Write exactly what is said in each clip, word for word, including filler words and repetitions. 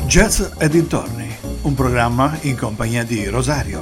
Jazz e dintorni, un programma in compagnia di Rosario.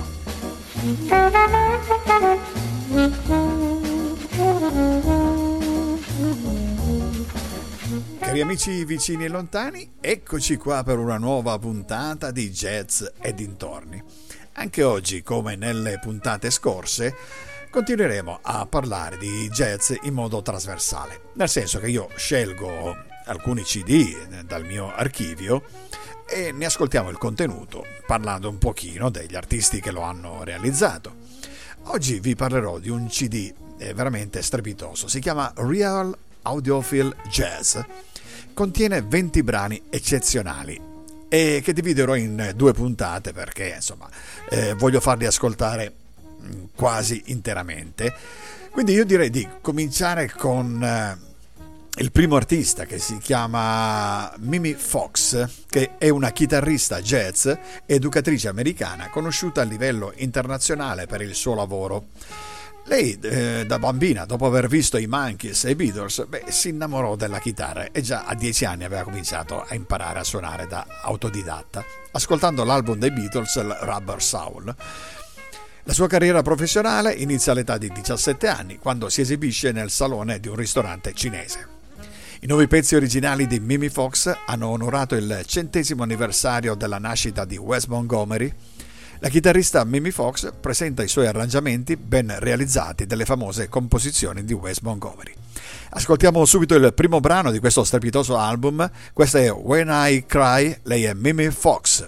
Cari amici vicini e lontani, eccoci qua per una nuova puntata di Jazz e dintorni. Anche oggi, come nelle puntate scorse, continueremo a parlare di jazz in modo trasversale, nel senso che io scelgo alcuni C D dal mio archivio e ne ascoltiamo il contenuto parlando un pochino degli artisti che lo hanno realizzato. Oggi vi parlerò di un C D veramente strepitoso, si chiama Real Audiophile Jazz, contiene venti brani eccezionali e che dividerò in due puntate perché insomma eh, voglio farli ascoltare quasi interamente. Quindi io direi di cominciare con eh, il primo artista, che si chiama Mimi Fox, che è una chitarrista jazz, educatrice americana conosciuta a livello internazionale per il suo lavoro. Lei eh, da bambina, dopo aver visto i Monkees e i Beatles, beh, si innamorò della chitarra e già a dieci anni aveva cominciato a imparare a suonare da autodidatta, ascoltando l'album dei Beatles, il Rubber Soul. La sua carriera professionale inizia all'età di diciassette anni, quando si esibisce nel salone di un ristorante cinese. I nuovi pezzi originali di Mimi Fox hanno onorato il centesimo anniversario della nascita di Wes Montgomery. La chitarrista Mimi Fox presenta i suoi arrangiamenti ben realizzati delle famose composizioni di Wes Montgomery. Ascoltiamo subito il primo brano di questo strepitoso album. Questa è When I Cry, lei è Mimi Fox.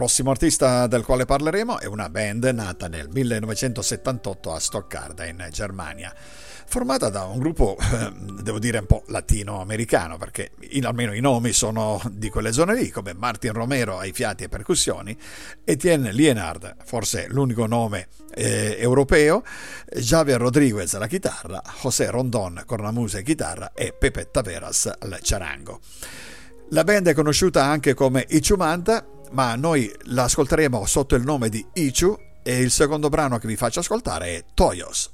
prossimo artista del quale parleremo è una band nata nel millenovecentosettantotto a Stoccarda, in Germania, formata da un gruppo, eh, devo dire, un po' latinoamericano, perché in, almeno i nomi sono di quelle zone lì, come Martin Romero ai fiati e percussioni, Etienne Lienard, forse l'unico nome eh, europeo, Javier Rodriguez alla chitarra, José Rondón cornamusa e chitarra e Pepe Taveras al charango. La band è conosciuta anche come Ichu Manta, ma noi la ascolteremo sotto il nome di Ichu e il secondo brano che vi faccio ascoltare è Toyos.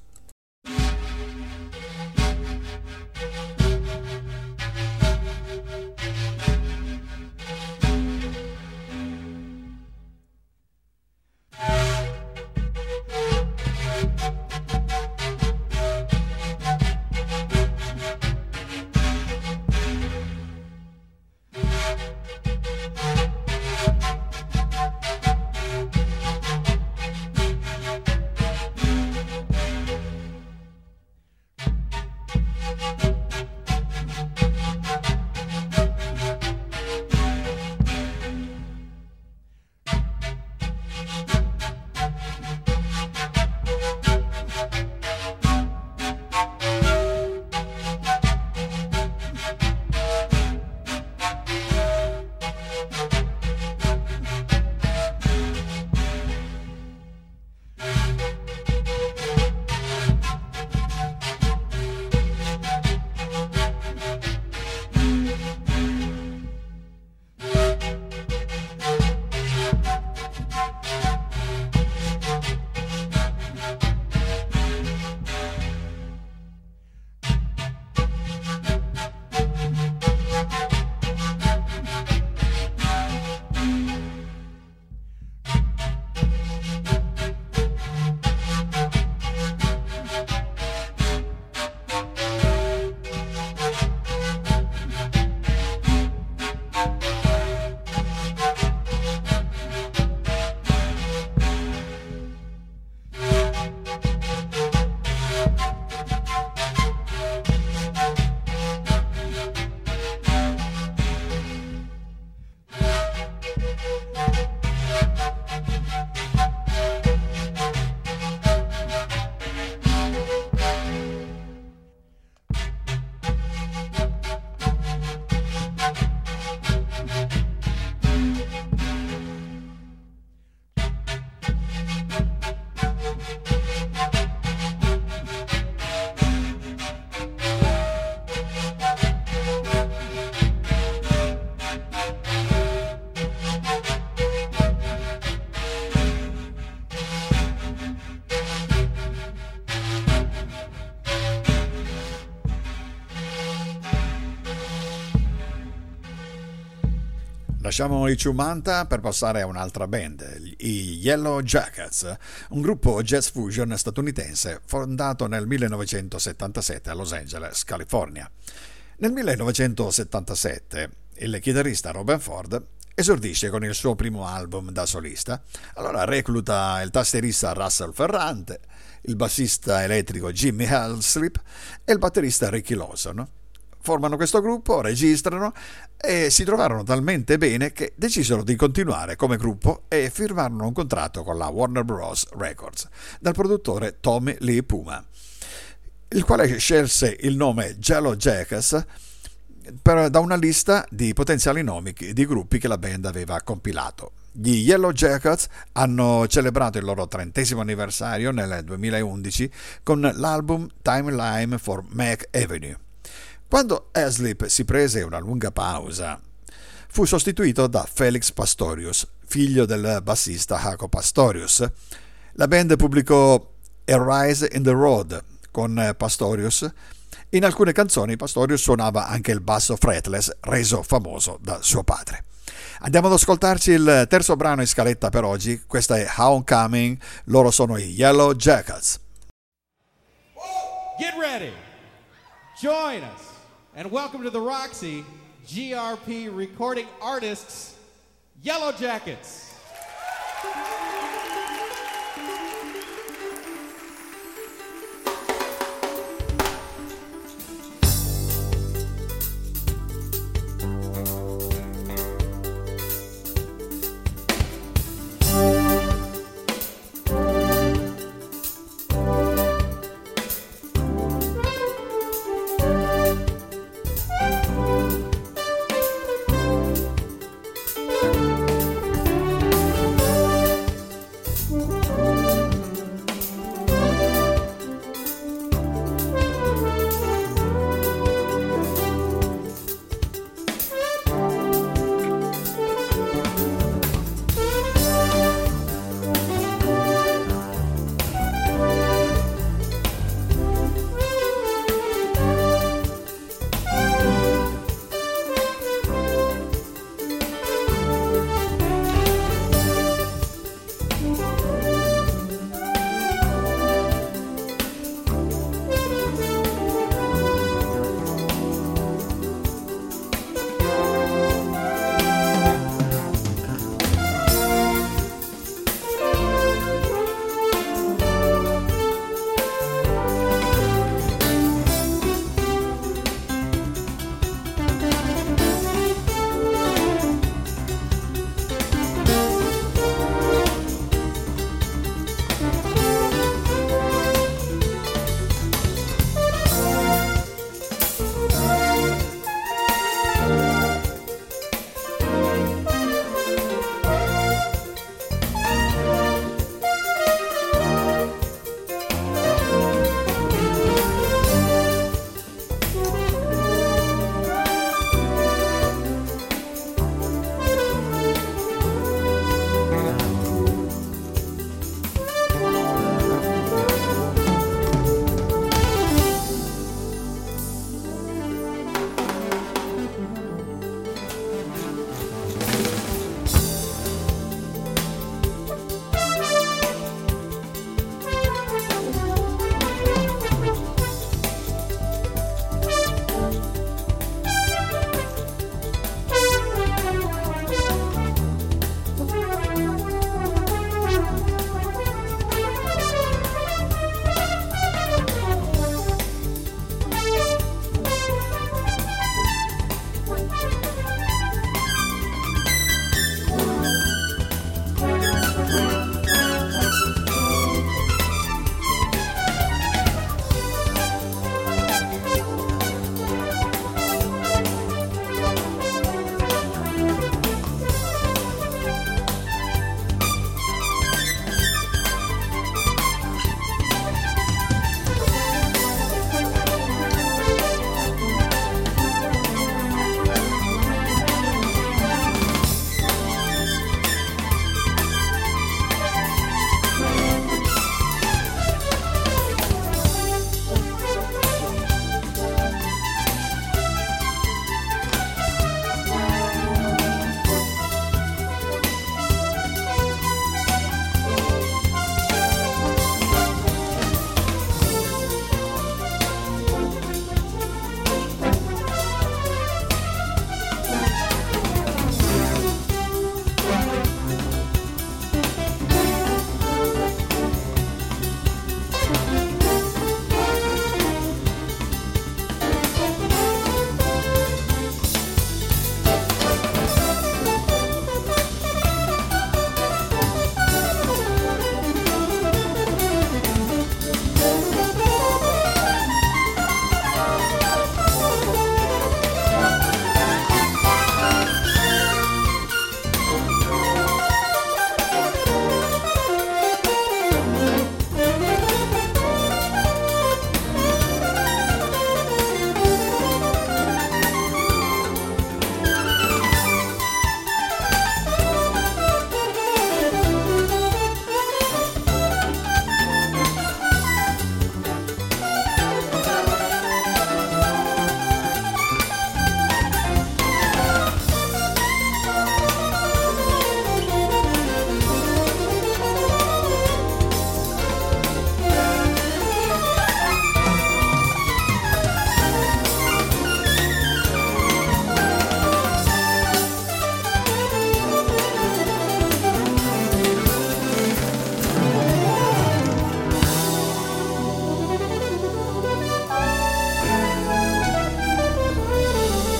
Lasciamo i Ichu Manta per passare a un'altra band, i Yellow Jackets, un gruppo jazz fusion statunitense fondato nel millenovecentosettantasette a Los Angeles, California. Nel millenovecentosettantasette il chitarrista Robben Ford esordisce con il suo primo album da solista, allora recluta il tastierista Russell Ferrante, il bassista elettrico Jimmy Halslip e il batterista Ricky Lawson. Formano questo gruppo, registrano e si trovarono talmente bene che decisero di continuare come gruppo e firmarono un contratto con la Warner Bros. Records dal produttore Tommy Lee Puma, il quale scelse il nome Yellow Jackets per, da una lista di potenziali nomi di gruppi che la band aveva compilato. Gli Yellow Jackets hanno celebrato il loro trentesimo anniversario nel duemilaundici con l'album Timeline for Mac Avenue. Quando Halslip si prese una lunga pausa, fu sostituito da Felix Pastorius, figlio del bassista Jaco Pastorius. La band pubblicò A Rise in the Road con Pastorius. In alcune canzoni Pastorius suonava anche il basso fretless, reso famoso da suo padre. Andiamo ad ascoltarci il terzo brano in scaletta per oggi. Questa è Homecoming, loro sono i Yellow Jackets. Get ready, join us, and welcome to the Roxy G R P recording artists, Yellow Jackets.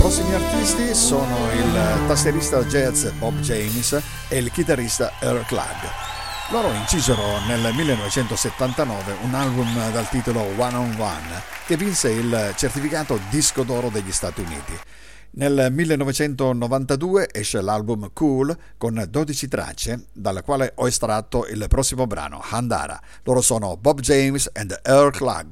prossimi artisti sono il tastierista jazz Bob James e il chitarrista Earl Klugg. Loro incisero nel millenovecentosettantanove un album dal titolo One on One che vinse il certificato disco d'oro degli Stati Uniti. Nel millenovecentonovantadue esce l'album Cool con dodici tracce, dalla quale ho estratto il prossimo brano, Handara. Loro sono Bob James and Earl Klugg.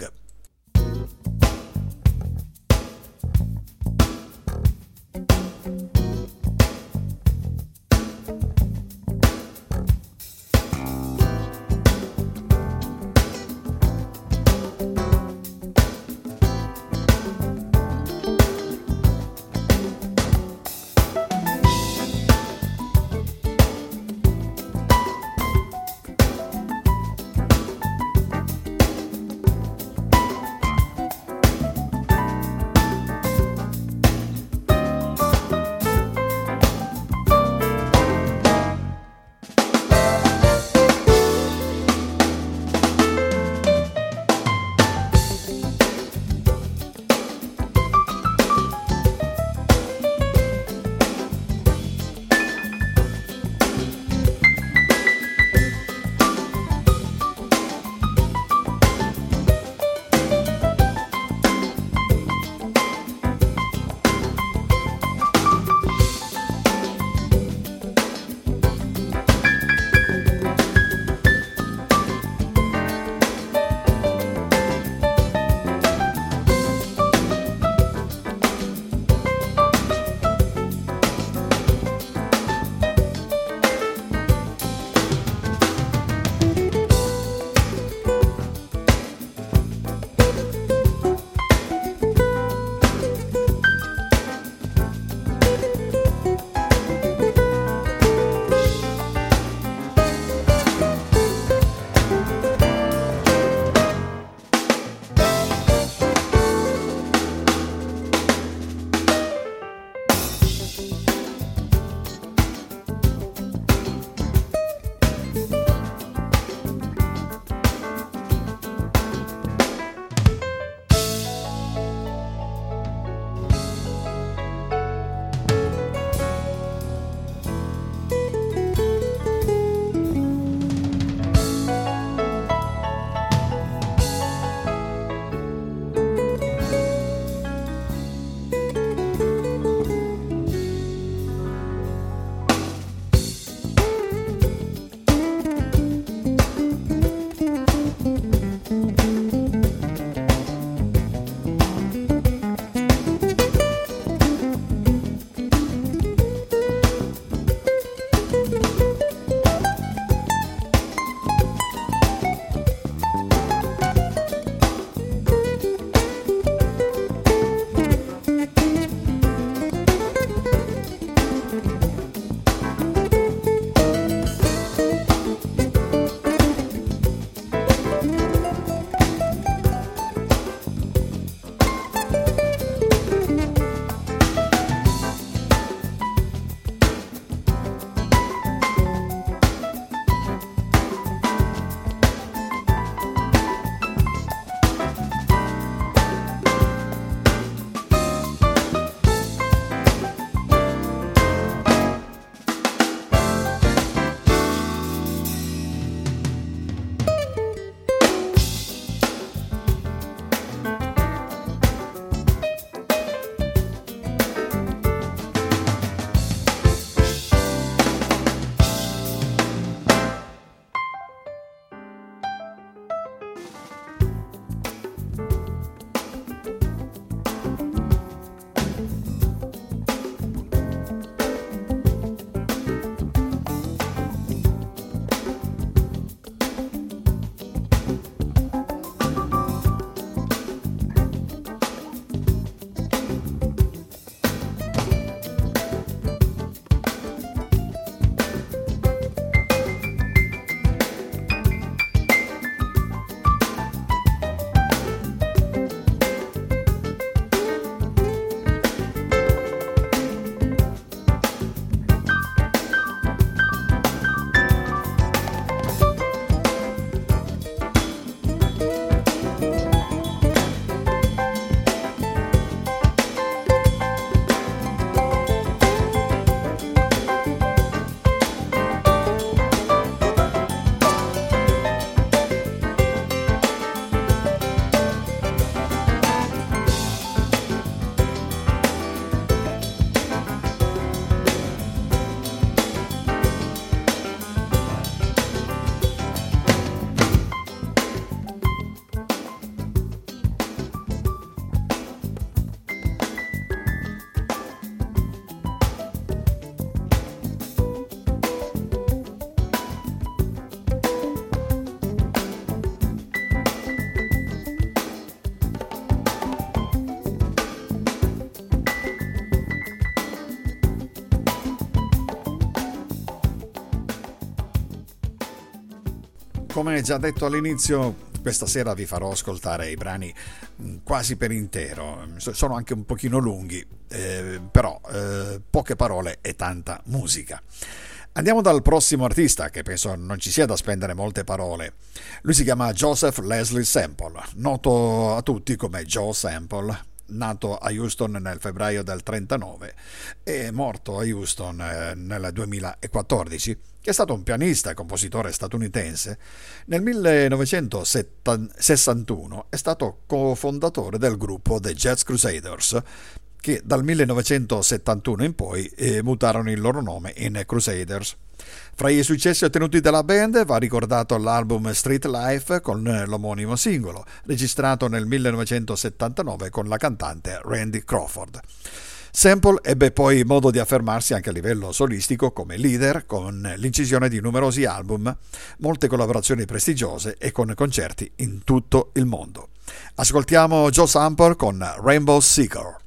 Come già detto all'inizio, questa sera vi farò ascoltare i brani quasi per intero, sono anche un pochino lunghi, eh, però eh, poche parole e tanta musica. Andiamo dal prossimo artista, che penso non ci sia da spendere molte parole. Lui si chiama Joseph Leslie Sample, noto a tutti come Joe Sample, nato a Houston nel febbraio del trentanove e morto a Houston eh, nel duemilaquattordici, che è stato un pianista e compositore statunitense. Nel millenovecentosessantuno è stato cofondatore del gruppo The Jazz Crusaders, che dal millenovecentosettantuno in poi eh, mutarono il loro nome in Crusaders. Fra i successi ottenuti dalla band va ricordato l'album Street Life con l'omonimo singolo, registrato nel millenovecentosettantanove con la cantante Randy Crawford. Sample ebbe poi modo di affermarsi anche a livello solistico come leader, con l'incisione di numerosi album, molte collaborazioni prestigiose e con concerti in tutto il mondo. Ascoltiamo Joe Sample con Rainbow Seeker.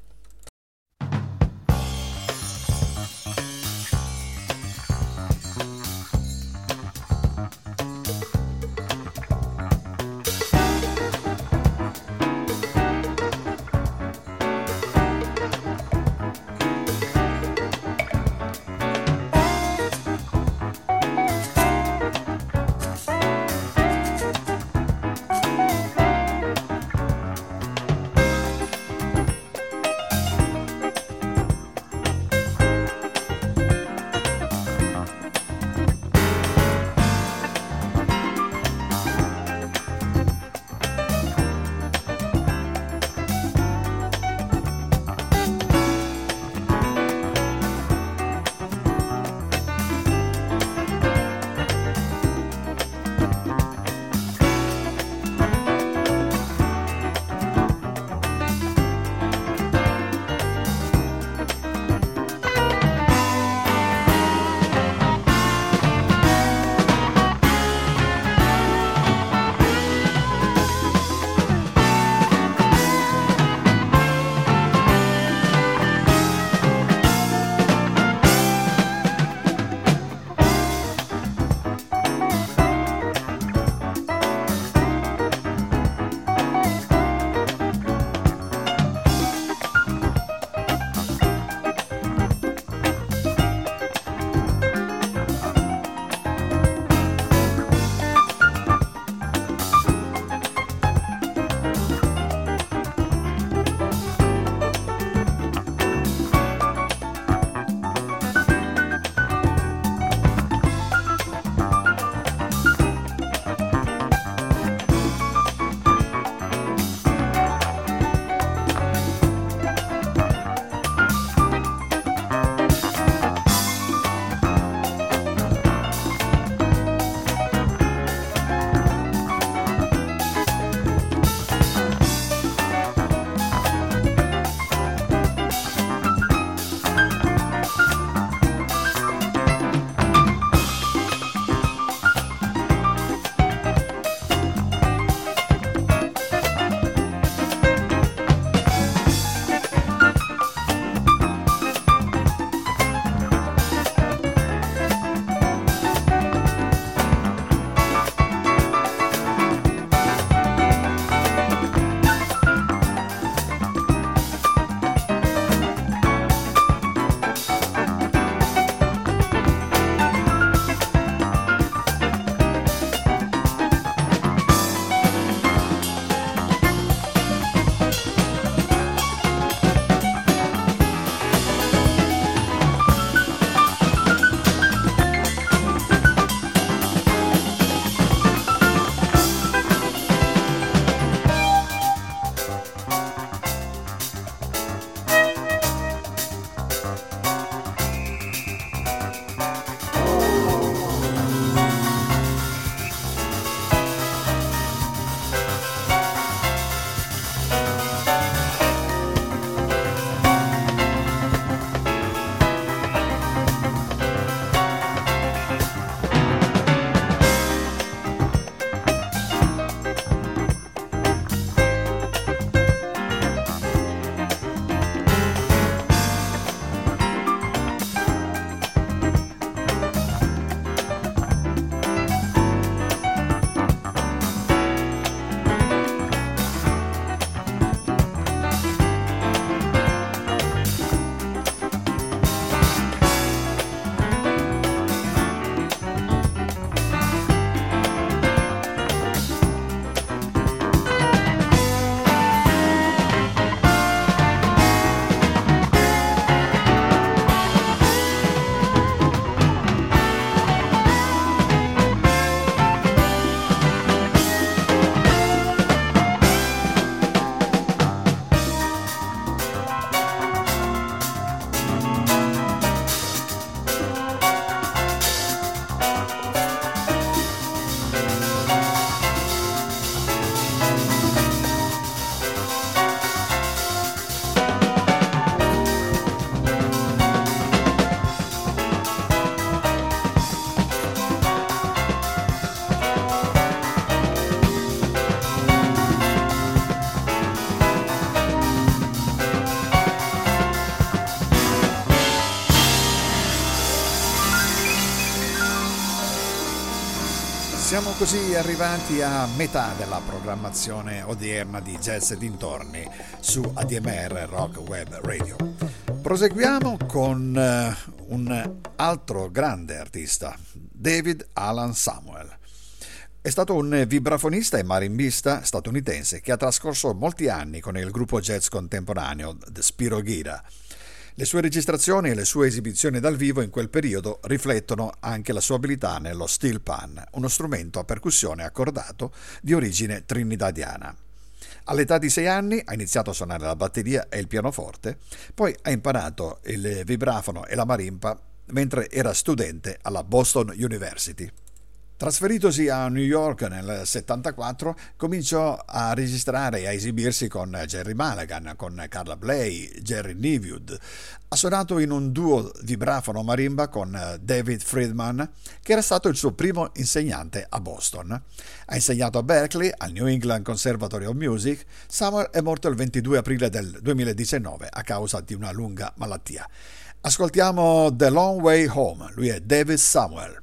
Siamo così arrivati a metà della programmazione odierna di Jazz e dintorni su A D M R Rock Web Radio. Proseguiamo con uh, un altro grande artista, David Alan Samuel. È stato un vibrafonista e marimbista statunitense che ha trascorso molti anni con il gruppo jazz contemporaneo The Spiro Ghira. Le sue registrazioni e le sue esibizioni dal vivo in quel periodo riflettono anche la sua abilità nello steel pan, uno strumento a percussione accordato di origine trinidadiana. All'età di sei anni ha iniziato a suonare la batteria e il pianoforte, poi ha imparato il vibrafono e la marimba mentre era studente alla Boston University. Trasferitosi a New York nel settantaquattro, cominciò a registrare e a esibirsi con Jerry Mulligan, con Carla Bley, Jerry Niewood. Ha suonato in un duo vibrafono marimba con David Friedman, che era stato il suo primo insegnante a Boston. Ha insegnato a Berkeley, al New England Conservatory of Music. Samuel è morto il ventidue aprile del duemiladiciannove a causa di una lunga malattia. Ascoltiamo The Long Way Home. Lui è David Samuel.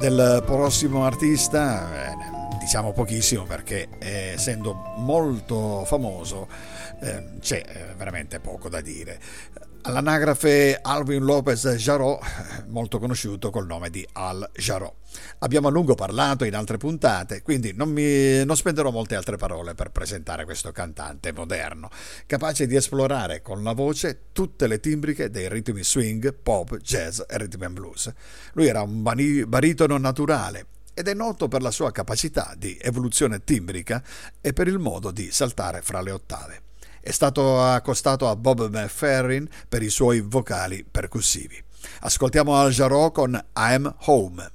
Del prossimo artista eh, diciamo pochissimo perché eh, essendo molto famoso eh, c'è eh, veramente poco da dire. All'anagrafe Alvin Lopez Jarreau, molto conosciuto col nome di Al Jarreau. Abbiamo a lungo parlato in altre puntate, quindi non, mi, non spenderò molte altre parole per presentare questo cantante moderno, capace di esplorare con la voce tutte le timbriche dei ritmi swing, pop, jazz e rhythm and blues. Lui era un bani, baritono naturale ed è noto per la sua capacità di evoluzione timbrica e per il modo di saltare fra le ottave. È stato accostato a Bob McFerrin per i suoi vocali percussivi. Ascoltiamo Al Jarreau con I'm Home.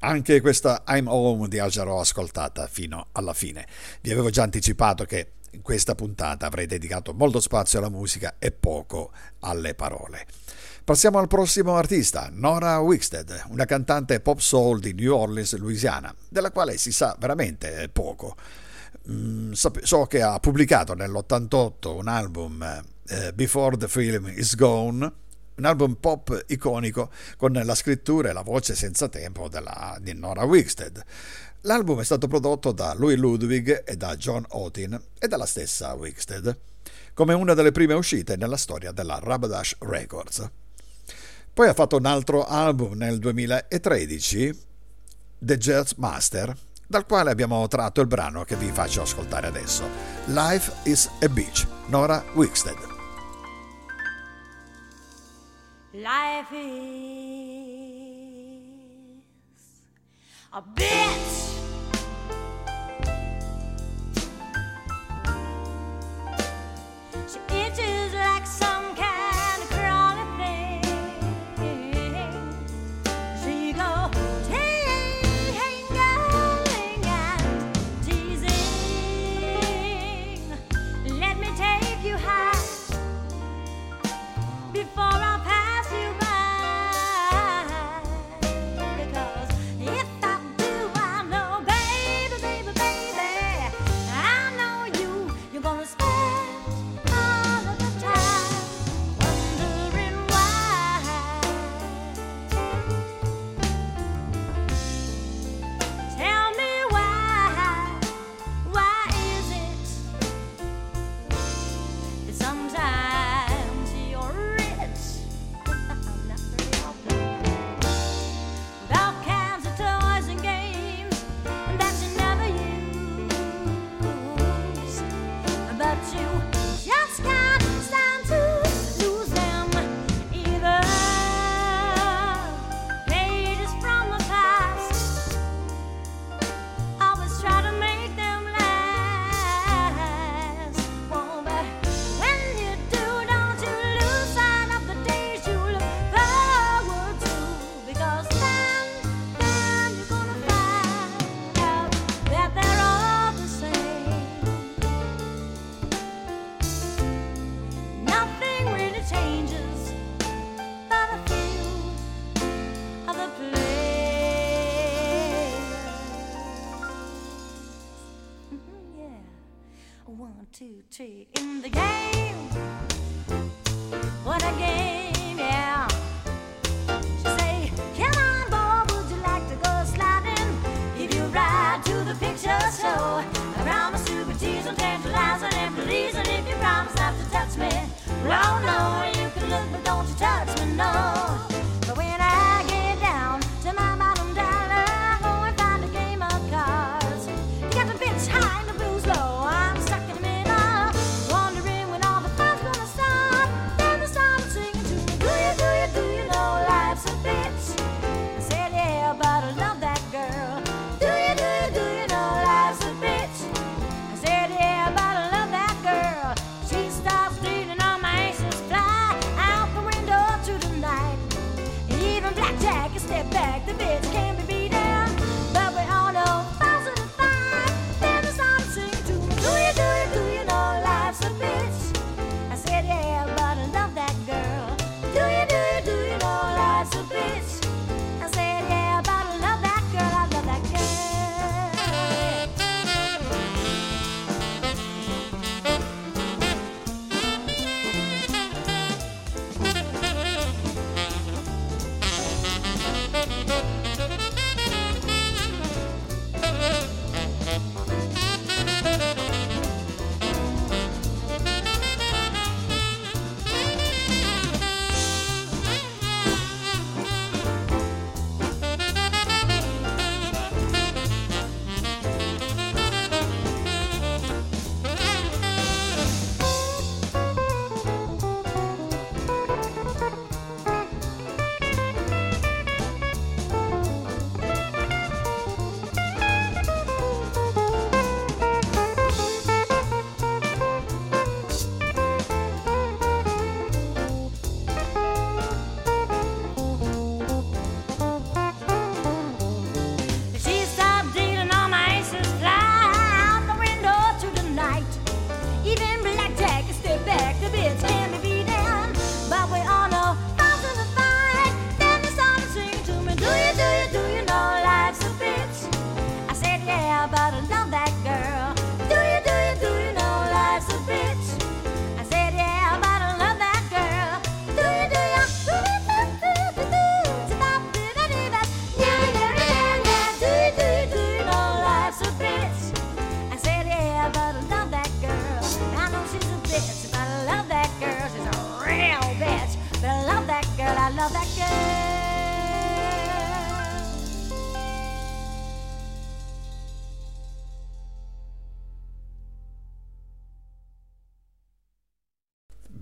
Anche questa I'm Home di Al Jarreau ascoltata fino alla fine. Vi avevo già anticipato che in questa puntata avrei dedicato molto spazio alla musica e poco alle parole. Passiamo al prossimo artista, Nora Wickstead, una cantante pop soul di New Orleans, Louisiana, della quale si sa veramente poco. Mm, so che ha pubblicato nell'ottantotto un album, eh, Before the Film is Gone, un album pop iconico con la scrittura e la voce senza tempo della, di Nora Wickstead. L'album è stato prodotto da Louis Ludwig e da John Otin e dalla stessa Wickstead, come una delle prime uscite nella storia della Rabbadash Records. Poi ha fatto un altro album nel duemilatredici, The Jazz Master, dal quale abbiamo tratto il brano che vi faccio ascoltare adesso, Life is a Beach, Nora Wickstead. Life is a bitch. She itches like some kind of crawly thing. She go ting-a-ling and teasing. Let me take you high before I pass you by. Because if I do, I know, baby, baby, baby, I know you, you're gonna spend all of the time wondering why. Tell me why, why is it that sometimes you're rich? I'm not very often. With all kinds of toys and games that you never use, but you just can't stand to lose them either. Pages from the past, always try to make them last. Oh, but when you do, don't you lose sight of the days you look forward to. Because then, then you're gonna find out that they're all the same. Nothing really changes but a few of the players. Mhm, yeah. One, two, three, in the game. What a game, yeah. She say, come on, boy, would you like to go sliding? If you ride to the picture show, I promise to be teasing, tantalizing, and pleasing. If you promise not to touch me, well, oh no, you can look, but don't you touch me, no. But when I get down to my bottom dollar, I go and find a game of cards. You got the bitch high and the blues low. I'm stuck in the middle, wondering when all the fun's gonna start. Then they started singing to me, do you, do you, do you know life's a bitch? I said, yeah, but I love that girl. Do you, do you, do you know life's a bitch? I said, yeah, but I love that girl. She starts stealing all my aces, fly out the window to the night.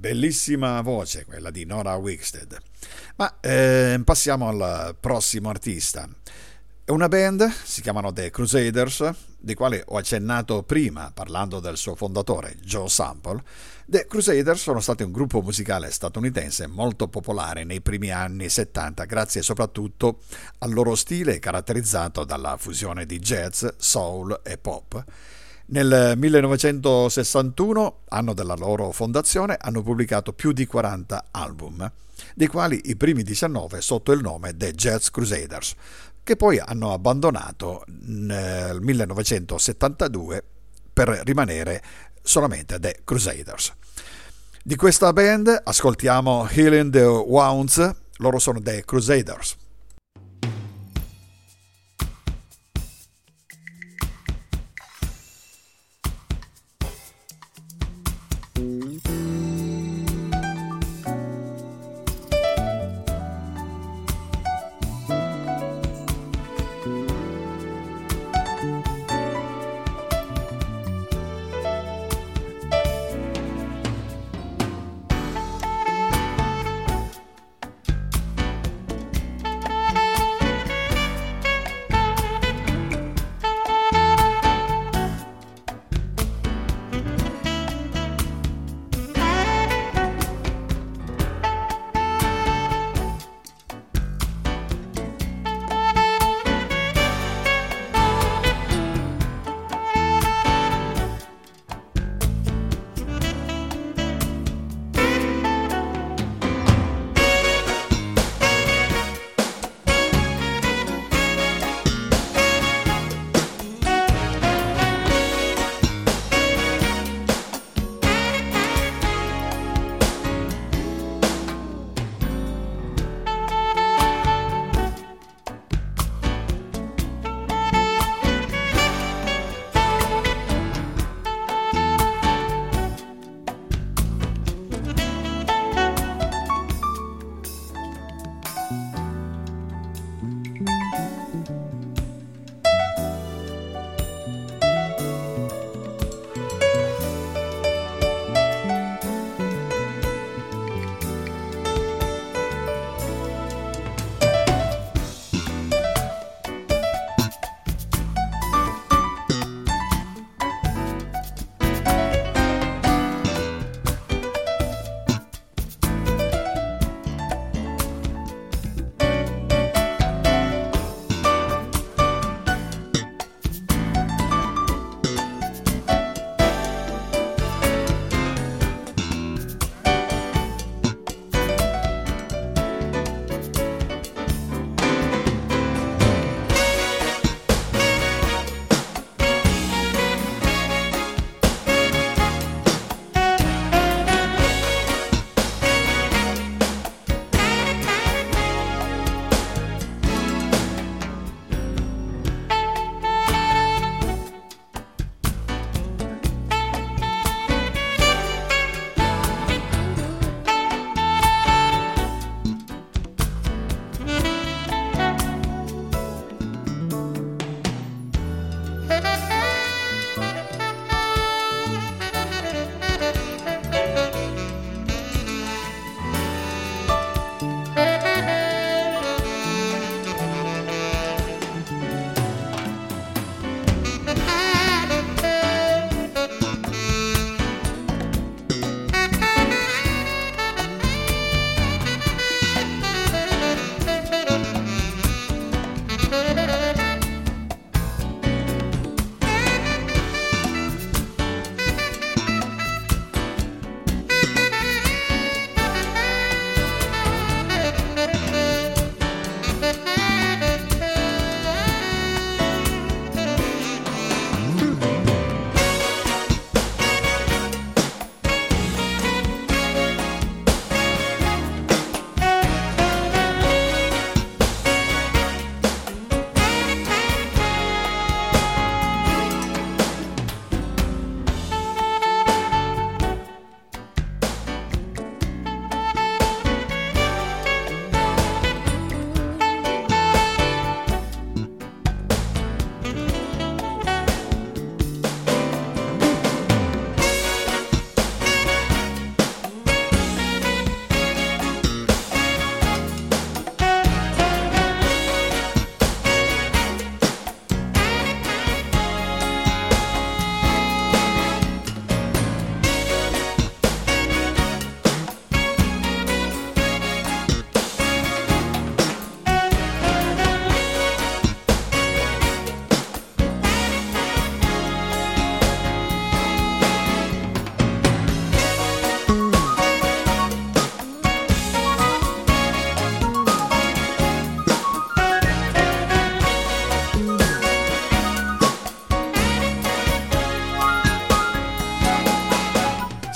bellissima voce, quella di Nora Wickstead. Ma eh, passiamo al prossimo artista. È una band, si chiamano The Crusaders, di quale ho accennato prima parlando del suo fondatore Joe Sample. The Crusaders sono stati un gruppo musicale statunitense molto popolare nei primi anni settanta, grazie soprattutto al loro stile caratterizzato dalla fusione di jazz, soul e pop. Nel millenovecentosessantuno, anno della loro fondazione, hanno pubblicato più di quaranta album, dei quali i primi diciannove sotto il nome The Jazz Crusaders, che poi hanno abbandonato nel millenovecentosettantadue per rimanere solamente The Crusaders. Di questa band ascoltiamo Healing the Wounds, loro sono The Crusaders.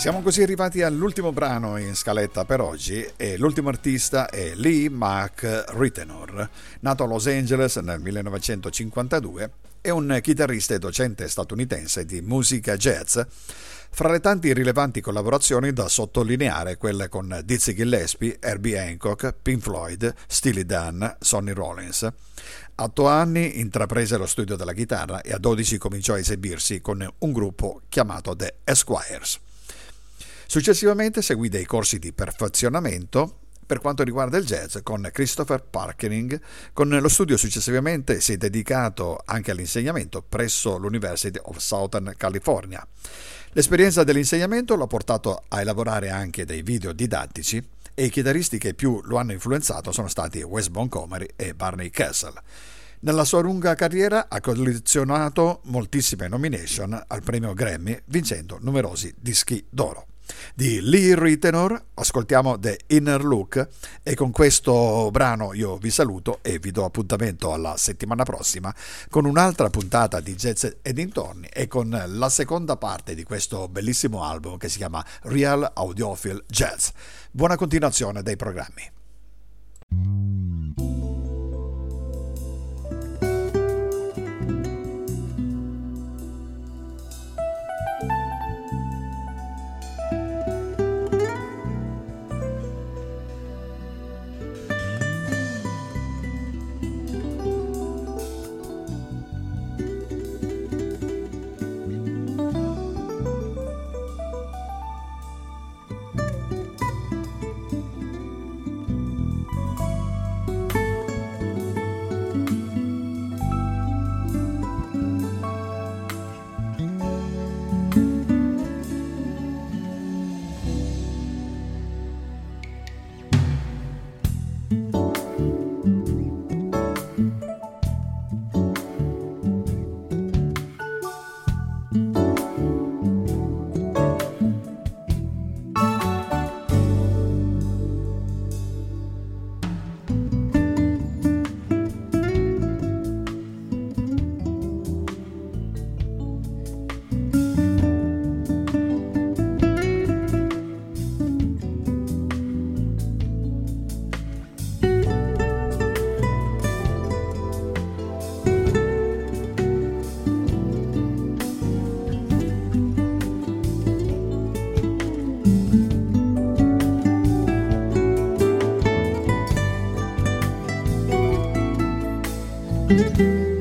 Siamo così arrivati all'ultimo brano in scaletta per oggi e l'ultimo artista è Lee Mark Ritenour, nato a Los Angeles nel millenovecentocinquantadue, è un chitarrista e docente statunitense di musica jazz. Fra le tante rilevanti collaborazioni da sottolineare quelle con Dizzy Gillespie, Herbie Hancock, Pink Floyd, Steely Dan, Sonny Rollins. A otto anni intraprese lo studio della chitarra e a dodici cominciò a esibirsi con un gruppo chiamato The Esquires. Successivamente seguì dei corsi di perfezionamento per quanto riguarda il jazz con Christopher Parkening. Con lo studio successivamente si è dedicato anche all'insegnamento presso l'University of Southern California. L'esperienza dell'insegnamento l'ha portato a elaborare anche dei video didattici e i chitarristi che più lo hanno influenzato sono stati Wes Montgomery e Barney Kessel. Nella sua lunga carriera ha collezionato moltissime nomination al premio Grammy, vincendo numerosi dischi d'oro. Di Lee Ritenour ascoltiamo The Inner Look e con questo brano io vi saluto e vi do appuntamento alla settimana prossima con un'altra puntata di Jazz e dintorni e con la seconda parte di questo bellissimo album che si chiama Real Audiophile Jazz. Buona continuazione dei programmi. Thank you.